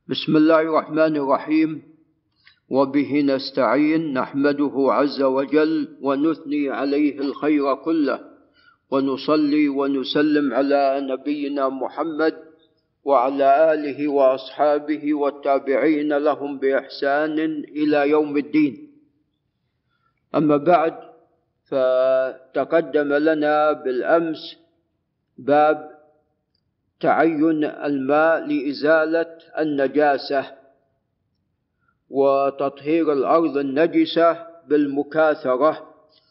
بسم الله الرحمن الرحيم، وبه نستعين، نحمده عز وجل ونثني عليه الخير كله، ونصلي ونسلم على نبينا محمد وعلى آله وأصحابه والتابعين لهم بإحسان إلى يوم الدين. أما بعد، فتقدم لنا بالأمس باب تعين الماء لإزالة النجاسة وتطهير الأرض النجسة بالمكاثرة،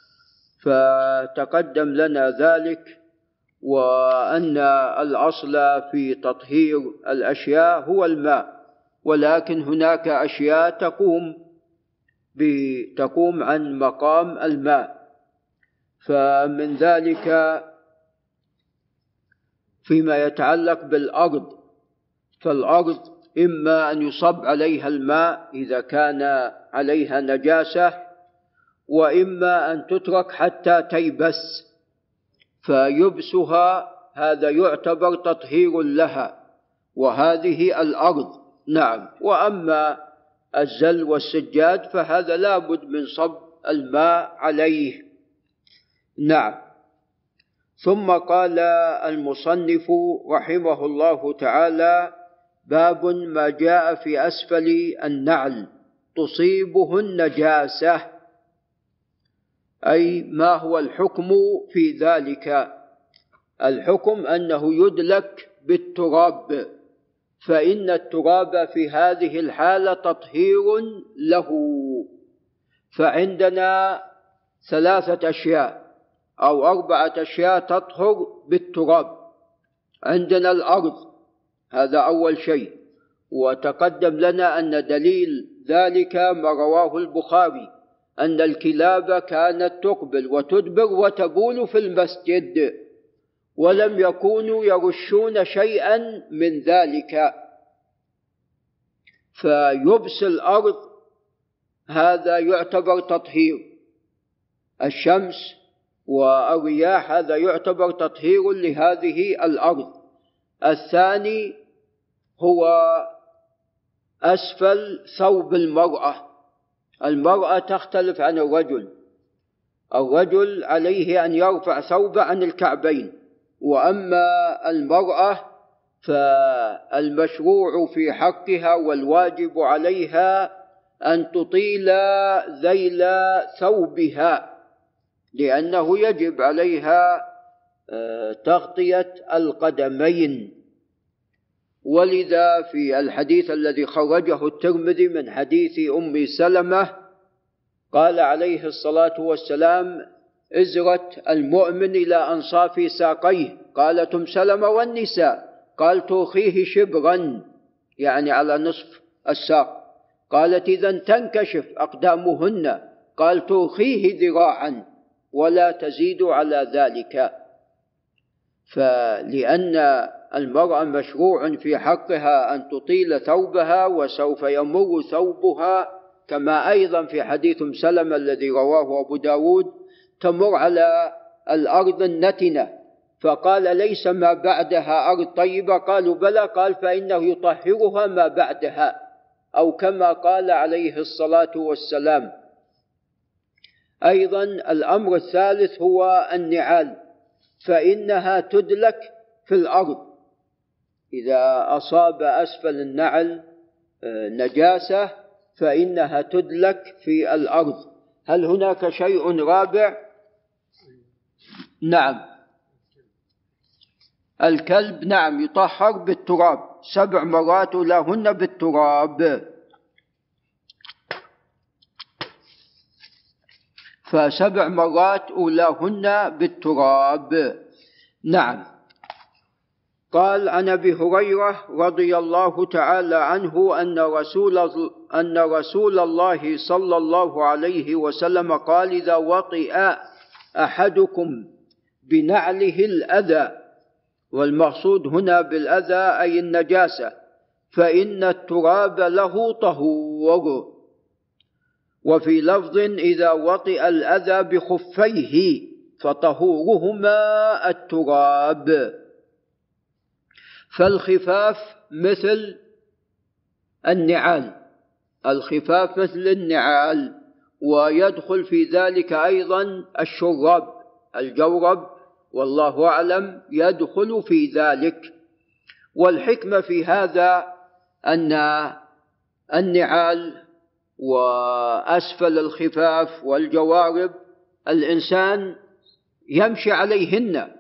فتقدم لنا ذلك، وأن الأصل في تطهير الأشياء هو الماء، ولكن هناك أشياء تقوم عن مقام الماء. فمن ذلك فيما يتعلق بالأرض، فالأرض إما أن يصب عليها الماء إذا كان عليها نجاسة، وإما أن تترك حتى تيبس، فيبسها هذا يعتبر تطهير لها، وهذه الأرض. نعم. وأما الزل والسجاد فهذا لابد من صب الماء عليه. نعم. ثم قال المصنف رحمه الله تعالى: باب ما جاء في أسفل النعل تصيبه النجاسة، أي ما هو الحكم في ذلك؟ الحكم أنه يدلك بالتراب، فإن التراب في هذه الحالة تطهير له. فعندنا 3 أشياء أو 4 أشياء تطهر بالتراب. عندنا الأرض، هذا أول شيء، وتقدم لنا أن دليل ذلك ما رواه البخاري أن الكلاب كانت تقبل وتدبر وتبول في المسجد، ولم يكونوا يرشون شيئا من ذلك. فيبس الأرض هذا يعتبر تطهير، الشمس والرياح هذا يعتبر تطهير لهذه الأرض. الثاني هو أسفل ثوب المرأة. المرأة تختلف عن الرجل. الرجل عليه أن يرفع ثوبه عن الكعبين، وأما المرأة فالمشروع في حقها والواجب عليها أن تطيل ذيل ثوبها، لأنه يجب عليها تغطية القدمين. ولذا في الحديث الذي خرجه الترمذي من حديث أم سلمة قال عليه الصلاة والسلام: إزرت المؤمن إلى أنصاف ساقيه. قالت أم سلمة: والنساء؟ قال: توخيه شبرا، يعني على نصف الساق. قالت: إذن تنكشف أقدامهن؟ قال: توخيه ذراعا ولا تزيد على ذلك. فلأن المرأة مشروع في حقها أن تطيل ثوبها، وسوف يمر ثوبها كما أيضا في حديث أم سلمة الذي رواه أبو داود تمر على الأرض النتنة. فقال: ليس ما بعدها أرض طيبة؟ قالوا: بلى. قال: فإنه يطهرها ما بعدها، أو كما قال عليه الصلاة والسلام. أيضا الأمر الثالث هو النعال، فإنها تدلك في الأرض. إذا أصاب أسفل النعل نجاسة فإنها تدلك في الأرض. هل هناك شيء رابع؟ نعم. الكلب نعم يطهر بالتراب 7 مرات أولاهن بالتراب، ف7 مرات أولاهن بالتراب. نعم. قال: عن أبي هريرة رضي الله تعالى عنه أن رسول الله صلى الله عليه وسلم قال: إذا وطئ أحدكم بنعله الأذى، والمقصود هنا بالأذى أي النجاسة، فإن التراب له طهور. وفي لفظ: إذا وطئ الأذى بخفيه فطهورهما التراب. فالخفاف مثل النعال، الخفاف مثل النعال، ويدخل في ذلك أيضا الشراب، الجورب والله أعلم يدخل في ذلك. والحكمة في هذا أن النعال وأسفل الخفاف والجوارب الإنسان يمشي عليهن،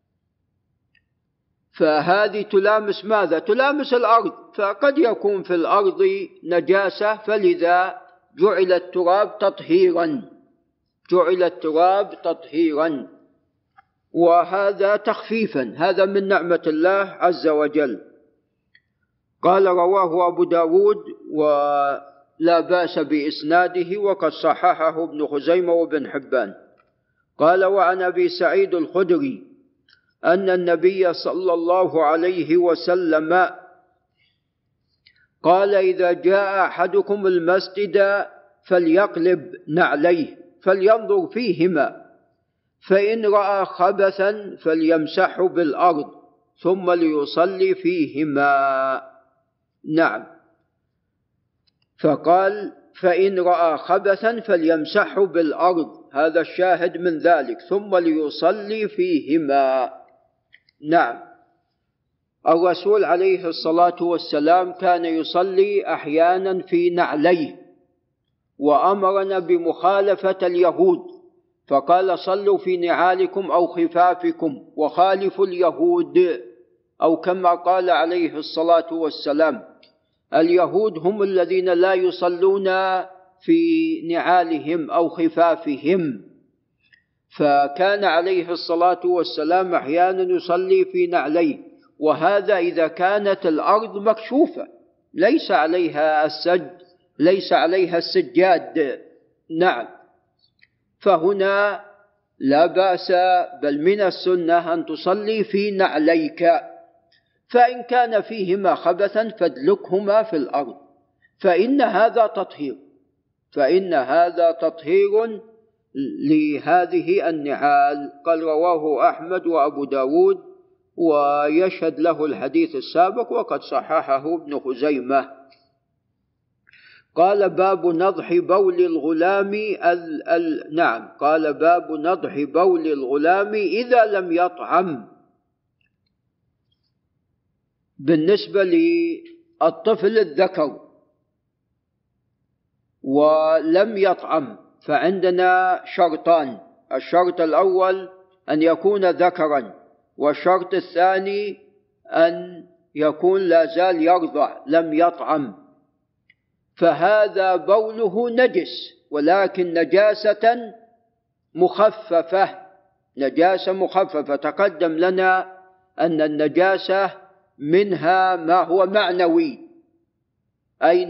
فهذه تلامس ماذا؟ تلامس الأرض، فقد يكون في الأرض نجاسة، فلذا جعل التراب تطهيرا، جعل التراب تطهيرا، وهذا تخفيفا، هذا من نعمة الله عز وجل. قال رواه أبو داود ولا بأس بإسناده وقد صححه ابن خزيمة وابن حبان. قال وعن أبي سعيد الخدري أن النبي صلى الله عليه وسلم قال إذا جاء أحدكم المسجد فليقلب نعليه فلينظر فيهما، فإن رأى خبثا فليمسحه بالأرض ثم ليصلي فيهما. نعم، فقال فإن رأى خبثا فليمسحه بالأرض، هذا الشاهد من ذلك، ثم ليصلي فيهما. نعم، الرسول عليه الصلاة والسلام كان يصلي أحيانا في نعليه، وأمرنا بمخالفة اليهود، فقال صلوا في نعالكم أو خفافكم وخالفوا اليهود، أو كما قال عليه الصلاة والسلام اليهود هم الذين لا يصلون في نعالهم أو خفافهم، فكان عليه الصلاة والسلام أحيانا يصلي في نعليه، وهذا إذا كانت الأرض مكشوفة ليس عليها ليس عليها السجاد. نعم، فهنا لا بأس، بل من السنة أن تصلي في نعليك، فإن كان فيهما خبثا فادلكهما في الأرض، فإن هذا تطهير لهذه النعال. قال رواه أحمد وأبو داود ويشهد له الحديث السابق وقد صححه ابن خزيمة. قال باب نضح بول الغلام نعم، قال باب نضح بول الغلام إذا لم يطعم. بالنسبة للطفل الذكر ولم يطعم فعندنا شرطان، الشرط الأول أن يكون ذكرا، والشرط الثاني أن يكون لا زال يرضع لم يطعم، فهذا بوله نجس ولكن نجاسة مخففة، نجاسة مخففة. تقدم لنا أن النجاسة منها ما هو معنوي، أي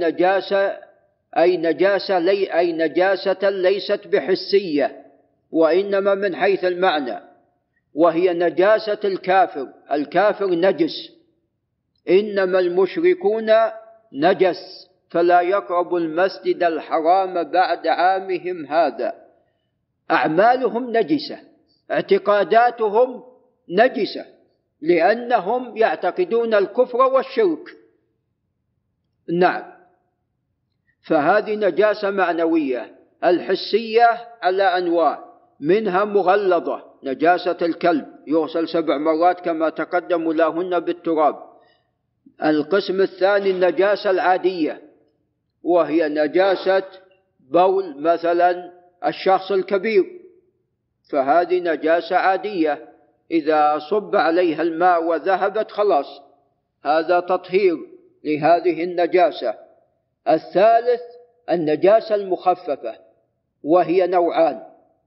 نجاسة ليست بحسية وإنما من حيث المعنى، وهي نجاسة الكافر. الكافر نجس، إنما المشركون نجس فلا يقربوا المسجد الحرام بعد عامهم هذا. أعمالهم نجسة، اعتقاداتهم نجسة، لأنهم يعتقدون الكفر والشرك. نعم، فهذه نجاسة معنوية. الحسية على أنواع، منها مغلظة، نجاسة الكلب يغسل 7 مرات كما تقدم لهن بالتراب. القسم الثاني النجاسة العادية، وهي نجاسة بول مثلا الشخص الكبير، فهذه نجاسة عادية إذا صب عليها الماء وذهبت خلاص، هذا تطهير لهذه النجاسة. الثالث النجاسة المخففة، وهي نوعان: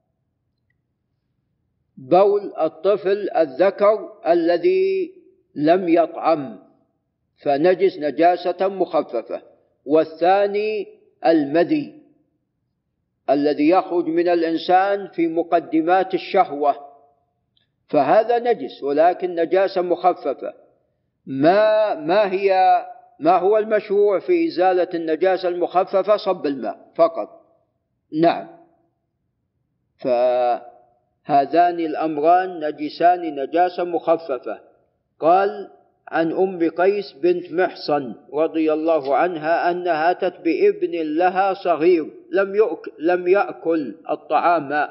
بول الطفل الذكر الذي لم يطعم فنجس نجاسة مخففة، والثاني المذي الذي يخرج من الإنسان في مقدمات الشهوة، فهذا نجس ولكن نجاسة مخففة. ما هو المشروع في إزالة النجاسة المخففة؟ صب الماء فقط. نعم، فهذان الأمران نجسان نجاسة مخففة. قال عن أم قيس بنت محصن رضي الله عنها أنها أتت بابن لها صغير لم يأكل الطعام.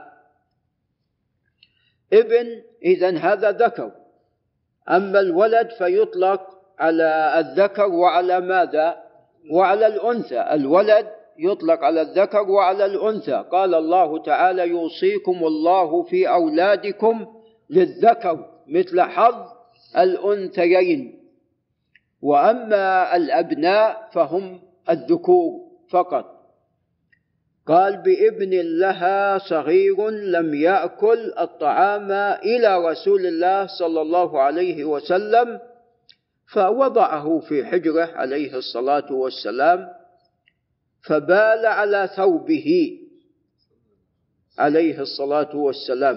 ابن إذن هذا ذكر، أما الولد فيطلق على الذكر وعلى ماذا؟ وعلى الأنثى. الولد يطلق على الذكر وعلى الأنثى. قال الله تعالى: يوصيكم الله في أولادكم للذكر مثل حظ الأنثيين. وأما الأبناء فهم الذكور فقط. قال: بابن لها صغير لم يأكل الطعام إلى رسول الله صلى الله عليه وسلم، فوضعه في حجره عليه الصلاة والسلام، فبال على ثوبه عليه الصلاة والسلام،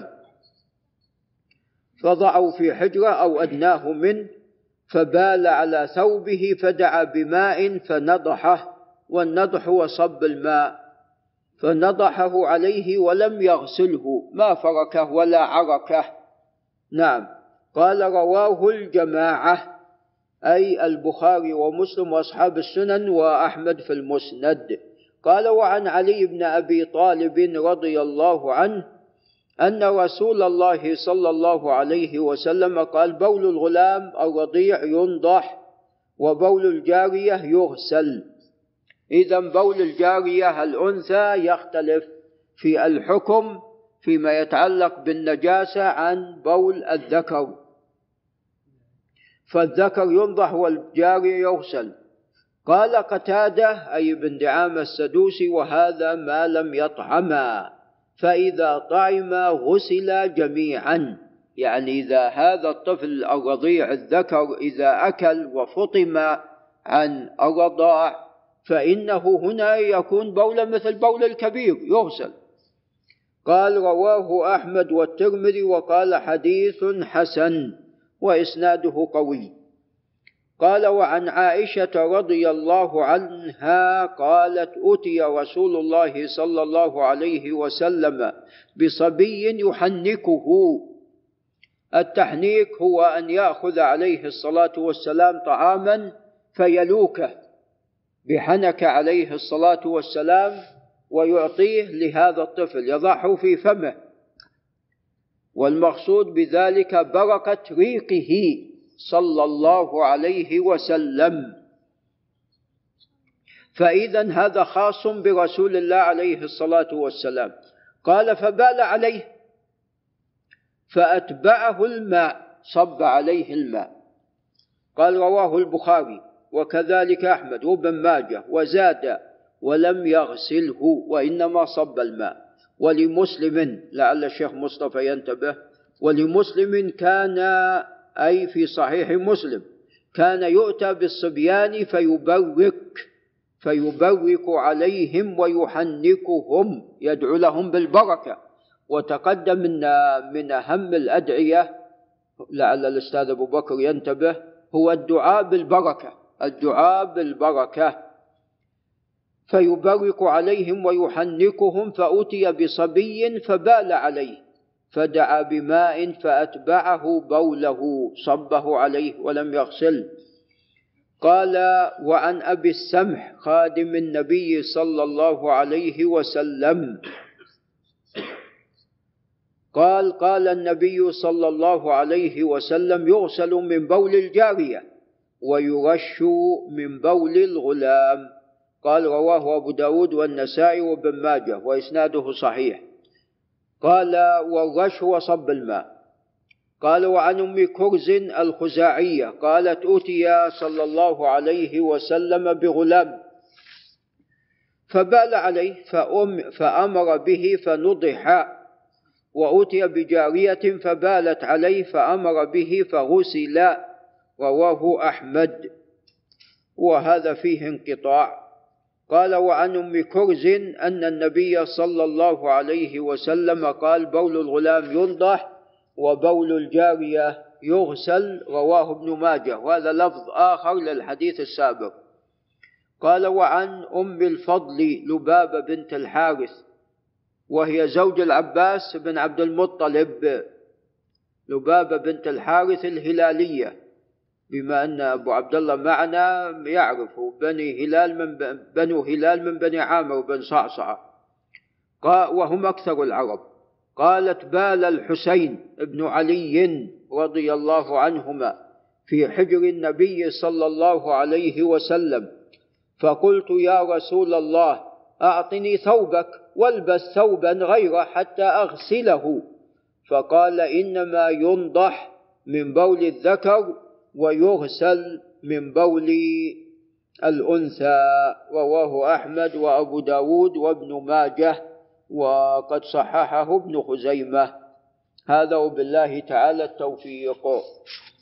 فضعوا في حجره أو أدناه منه، فبال على ثوبه، فدعا بماء فنضحه، والنضح هو صب الماء، فنضحه عليه ولم يغسله، ما فركه ولا عركه. نعم. قال: رواه الجماعة، أي البخاري ومسلم وأصحاب السنن وأحمد في المسند. قال: وعن علي بن أبي طالب رضي الله عنه أن رسول الله صلى الله عليه وسلم قال: بول الغلام الرضيع ينضح، وبول الجارية يغسل. إذن بول الجارية الأنثى يختلف في الحكم فيما يتعلق بالنجاسة عن بول الذكر، فالذكر ينضح والجارية يغسل. قال قتادة أي بن دعامة السدوسي: وهذا ما لم يطعما، فإذا طعما غسل جميعا. يعني إذا هذا الطفل الرضيع الذكر إذا أكل وفطم عن الرضاع فإنه هنا يكون بولا مثل بول الكبير يغسل. قال: رواه أحمد والترمذي وقال: حديث حسن وإسناده قوي. قال: وعن عائشة رضي الله عنها قالت: أتي رسول الله صلى الله عليه وسلم بصبي يحنكه. التحنيك هو أن يأخذ عليه الصلاة والسلام طعاما فيلوكه بحنك عليه الصلاة والسلام ويعطيه لهذا الطفل، يضعه في فمه، والمقصود بذلك بركة ريقه صلى الله عليه وسلم. فإذا هذا خاص برسول الله عليه الصلاة والسلام. قال: فبال عليه فأتبعه الماء، صب عليه الماء. قال: رواه البخاري وكذلك أحمد وابن ماجه، وزاد: ولم يغسله وإنما صب الماء. ولمسلم، لعل الشيخ مصطفى ينتبه، ولمسلم كان أي في صحيح مسلم كان يؤتى بالصبيان فيبرك عليهم ويحنكهم، يدعو لهم بالبركة. وتقدم من أهم الأدعية، لعل الأستاذ أبو بكر ينتبه، هو الدعاء بالبركة، الدعاء بالبركة. فيبرك عليهم ويحنكهم، فأتي بصبي فبال عليه، فدعا بماء فأتبعه بوله، صبه عليه ولم يغسل. قال: وعن أبي السمح خادم النبي صلى الله عليه وسلم قال النبي صلى الله عليه وسلم: يغسل من بول الجارية ويرش من بول الغلام. قال: رواه أبو داود والنسائي وابن ماجه وإسناده صحيح. قال: والرش وصب الماء. قال: وعن أم كرز الخزاعية قالت: أتي صلى الله عليه وسلم بغلام فبال عليه فأمر به فنضح، وأتي بجارية فبالت عليه فأمر به فغسل. رواه أحمد، وهذا فيه انقطاع. قال: وعن أم كرز أن النبي صلى الله عليه وسلم قال: بول الغلام ينضح وبول الجارية يغسل. رواه ابن ماجه، وهذا لفظ آخر للحديث السابق. قال: وعن أم الفضل لبابة بنت الحارث، وهي زوج العباس بن عبد المطلب، لبابة بنت الحارث الهلالية، بما أن أبو عبد الله معنا يعرف بنو هلال من بني عامر بن صعصعة، وهم أكثر العرب. قالت: بال الحسين بن علي رضي الله عنهما في حجر النبي صلى الله عليه وسلم، فقلت: يا رسول الله، أعطني ثوبك والبس ثوبا غيره حتى أغسله. فقال: إنما ينضح من بول الذكر ويغسل من بول الأنثى. رواه أحمد وأبو داود وابن ماجه، وقد صححه ابن خزيمة. هذا وبالله تعالى التوفيق.